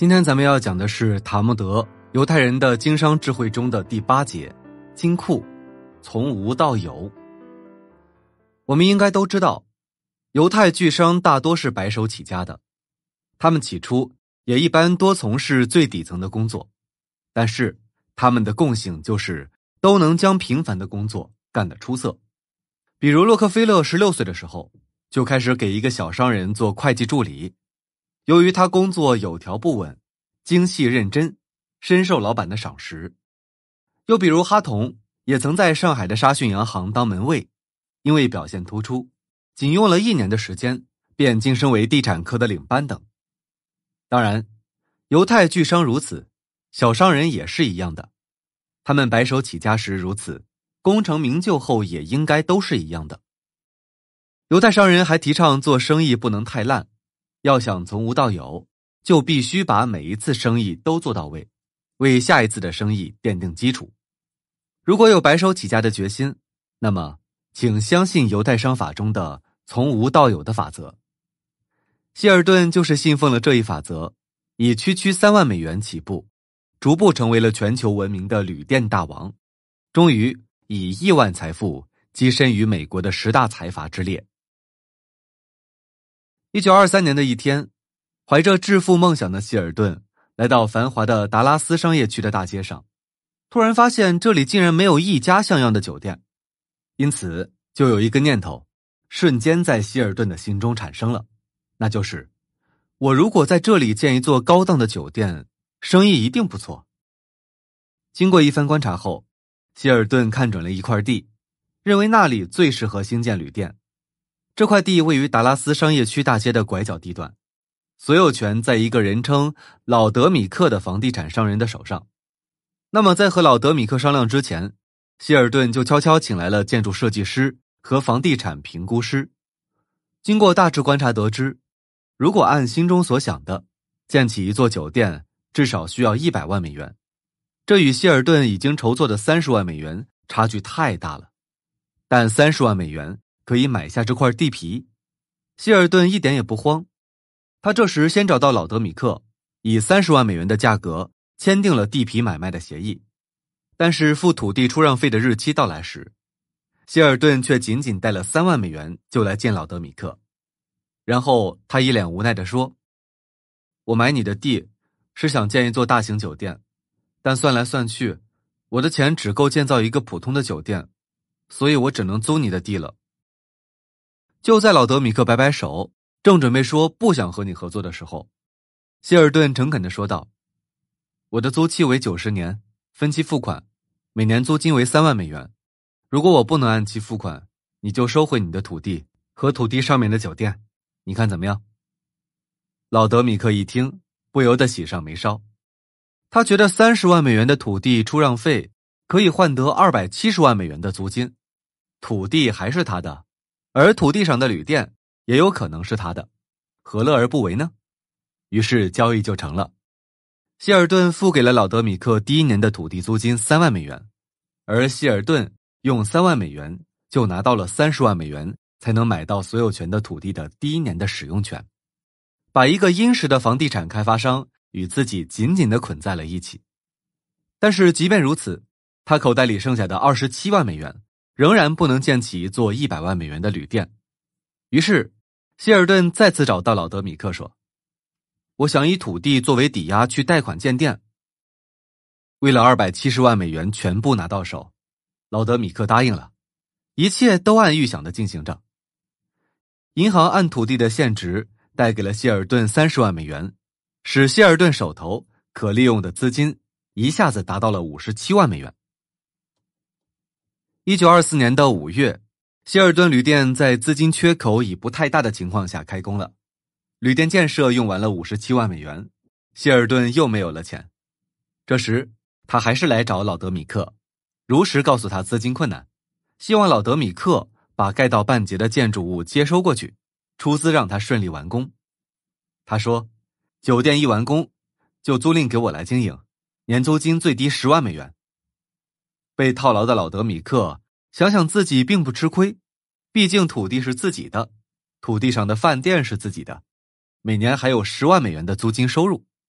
今天咱们要讲的是塔木德犹太人的经商智慧中的第8节，金库，从无到有。我们应该都知道，犹太巨商大多是白手起家的，他们起初也一般多从事最底层的工作，但是他们的共性就是都能将平凡的工作干得出色。比如洛克菲勒16岁的时候就开始给一个小商人做会计助理，由于他工作有条不紊，精细认真，深受老板的赏识。又比如哈同也曾在上海的沙逊洋行当门卫，因为表现突出，仅用了1年的时间便晋升为地产科的领班等。当然，犹太巨商如此，小商人也是一样的，他们白手起家时如此，功成名就后也应该都是一样的。犹太商人还提倡做生意不能太烂，要想从无到有，就必须把每一次生意都做到位，为下一次的生意奠定基础。如果有白手起家的决心，那么请相信犹太商法中的从无到有的法则。希尔顿就是信奉了这一法则，以区3万美元起步，逐步成为了全球闻名的旅店大王，终于以亿万财富跻身于美国的10大财阀之列。1923年的一天，怀着致富梦想的希尔顿来到繁华的达拉斯商业区的大街上，突然发现这里竟然没有一家像样的酒店，因此就有一个念头瞬间在希尔顿的心中产生了，那就是我如果在这里建一座高档的酒店，生意一定不错。经过一番观察后，希尔顿看准了一块地，认为那里最适合兴建旅店。这块地位于达拉斯商业区大街的拐角地段，所有权在一个人称老德米克的房地产商人的手上。那么在和老德米克商量之前，希尔顿就悄悄请来了建筑设计师和房地产评估师。经过大致观察得知，如果按心中所想的建起一座酒店，至少需要100万美元，这与希尔顿已经筹措的30万美元差距太大了。但30万美元可以买下这块地皮，希尔顿一点也不慌。他这时先找到老德米克，以30万美元的价格签订了地皮买卖的协议。但是付土地出让费的日期到来时，希尔顿却仅仅带了3万美元就来见老德米克。然后他一脸无奈地说，我买你的地是想建一座大型酒店，但算来算去，我的钱只够建造一个普通的酒店，所以我只能租你的地了。就在老德米克摆摆手，正准备说不想和你合作的时候，希尔顿诚恳地说道，我的租期为90年，分期付款，每年租金为3万美元。如果我不能按期付款，你就收回你的土地和土地上面的酒店，你看怎么样？老德米克一听，不由得喜上眉梢。他觉得30万美元的土地出让费可以换得270万美元的租金，土地还是他的，而土地上的旅店也有可能是他的，何乐而不为呢？于是交易就成了。希尔顿付给了老德米克第1年的土地租金3万美元，而希尔顿用3万美元就拿到了30万美元才能买到所有权的土地的第1年的使用权，把一个殷实的房地产开发商与自己紧紧地捆在了一起。但是即便如此，他口袋里剩下的27万美元仍然不能建起一座100万美元的旅店。于是希尔顿再次找到老德米克说，我想以土地作为抵押去贷款建店。为了270万美元全部拿到手，老德米克答应了，一切都按预想的进行着。银行按土地的现值贷给了希尔顿30万美元，使希尔顿手头可利用的资金一下子达到了57万美元。1924年的5月，希尔顿旅店在资金缺口已不太大的情况下开工了。旅店建设用完了57万美元，希尔顿又没有了钱。这时他还是来找老德米克，如实告诉他资金困难，希望老德米克把盖到半截的建筑物接收过去，出资让他顺利完工。他说，酒店一完工就租赁给我来经营，年租金最低10万美元。被套牢的老德米克想想自己并不吃亏，毕竟土地是自己的，土地上的饭店是自己的，每年还有10万美元的租金收入。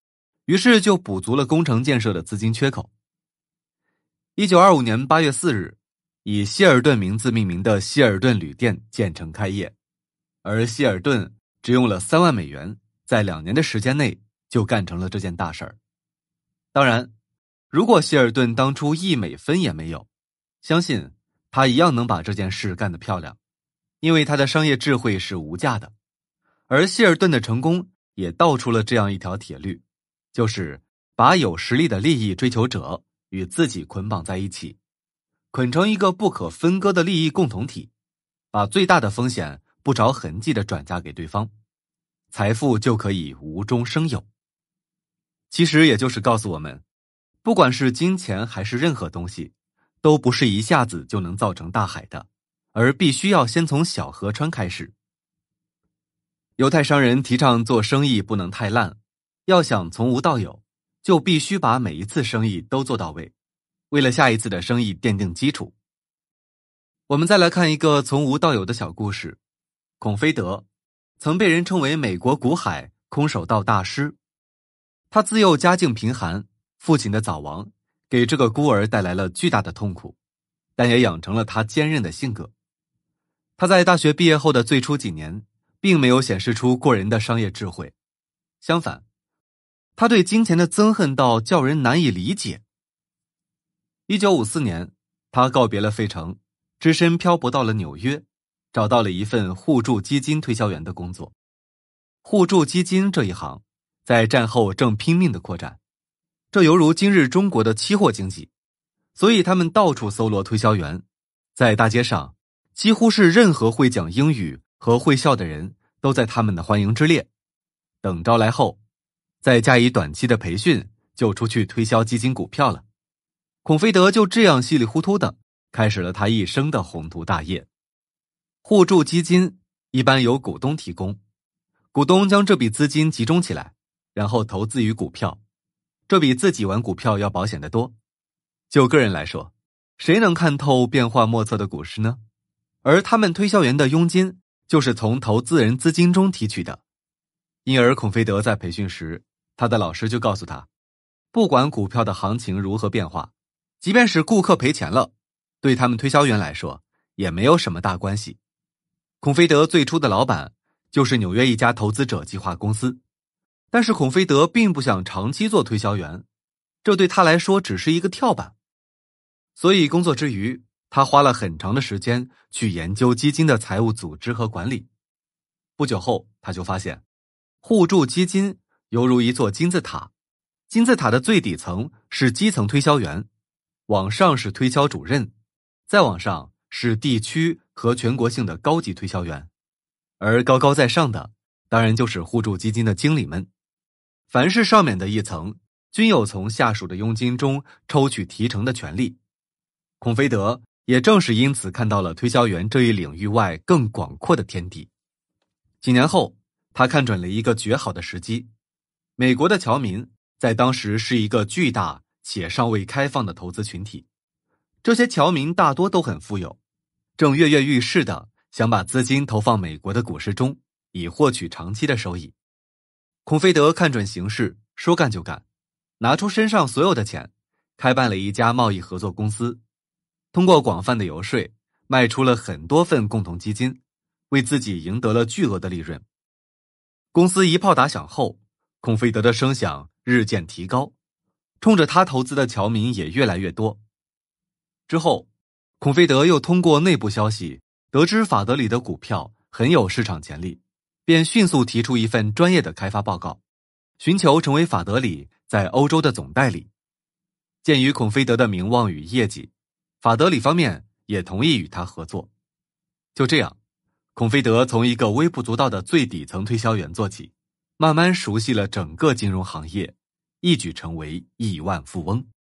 于是就补足了工程建设的资金缺口。1925年8月4日，以希尔顿名字命名的希尔顿旅店建成开业，而希尔顿只用了3万美元，在2年的时间内就干成了这件大事儿。当然，如果希尔顿当初1美分也没有，相信他一样能把这件事干得漂亮，因为他的商业智慧是无价的。而希尔顿的成功也道出了这样一条铁律，就是把有实力的利益追求者与自己捆绑在一起，捆成一个不可分割的利益共同体，把最大的风险不着痕迹地转嫁给对方，财富就可以无中生有。其实也就是告诉我们，不管是金钱还是任何东西，都不是一下子就能造成大海的，而必须要先从小河川开始。犹太商人提倡做生意不能太烂，要想从无到有，就必须把每一次生意都做到位，为了下一次的生意奠定基础。我们再来看一个从无到有的小故事。孔菲德曾被人称为美国古海空手道大师。他自幼家境贫寒，父亲的早亡给这个孤儿带来了巨大的痛苦，但也养成了他坚韧的性格。他在大学毕业后的最初几年，并没有显示出过人的商业智慧，相反，他对金钱的憎恨到叫人难以理解。1954年，他告别了费城，只身漂泊到了纽约，找到了一份互助基金推销员的工作。互助基金这一行在战后正拼命的扩展，这犹如今日中国的期货经济，所以他们到处搜罗推销员，在大街上几乎是任何会讲英语和会笑的人都在他们的欢迎之列。等招来后，再加以短期的培训，就出去推销基金股票了。孔菲德就这样稀里糊涂的开始了他一生的宏图大业。互助基金一般由股东提供，股东将这笔资金集中起来，然后投资于股票，这比自己玩股票要保险得多。就个人来说，谁能看透变化莫测的股市呢？而他们推销员的佣金就是从投资人资金中提取的。因而孔菲德在培训时，他的老师就告诉他，不管股票的行情如何变化，即便是顾客赔钱了，对他们推销员来说也没有什么大关系。孔菲德最初的老板就是纽约一家投资者计划公司，但是孔菲德并不想长期做推销员，这对他来说只是一个跳板。所以工作之余，他花了很长的时间去研究基金的财务组织和管理。不久后，他就发现互助基金犹如一座金字塔，金字塔的最底层是基层推销员，往上是推销主任，再往上是地区和全国性的高级推销员，而高高在上的当然就是互助基金的经理们。凡是上面的一层，均有从下属的佣金中抽取提成的权利。孔菲德也正是因此看到了推销员这一领域外更广阔的天地。几年后，他看准了一个绝好的时机。美国的侨民在当时是一个巨大且尚未开放的投资群体，这些侨民大多都很富有，正跃跃欲试的想把资金投放美国的股市中，以获取长期的收益。孔菲德看准形势，说干就干，拿出身上所有的钱，开办了一家贸易合作公司，通过广泛的游说，卖出了很多份共同基金，为自己赢得了巨额的利润。公司一炮打响后，孔菲德的声响日渐提高，冲着他投资的侨民也越来越多。之后，孔菲德又通过内部消息得知法德里的股票很有市场潜力，便迅速提出一份专业的开发报告，寻求成为法德里在欧洲的总代理。鉴于孔菲德的名望与业绩，法德里方面也同意与他合作。就这样，孔菲德从一个微不足道的最底层推销员做起，慢慢熟悉了整个金融行业，一举成为亿万富翁。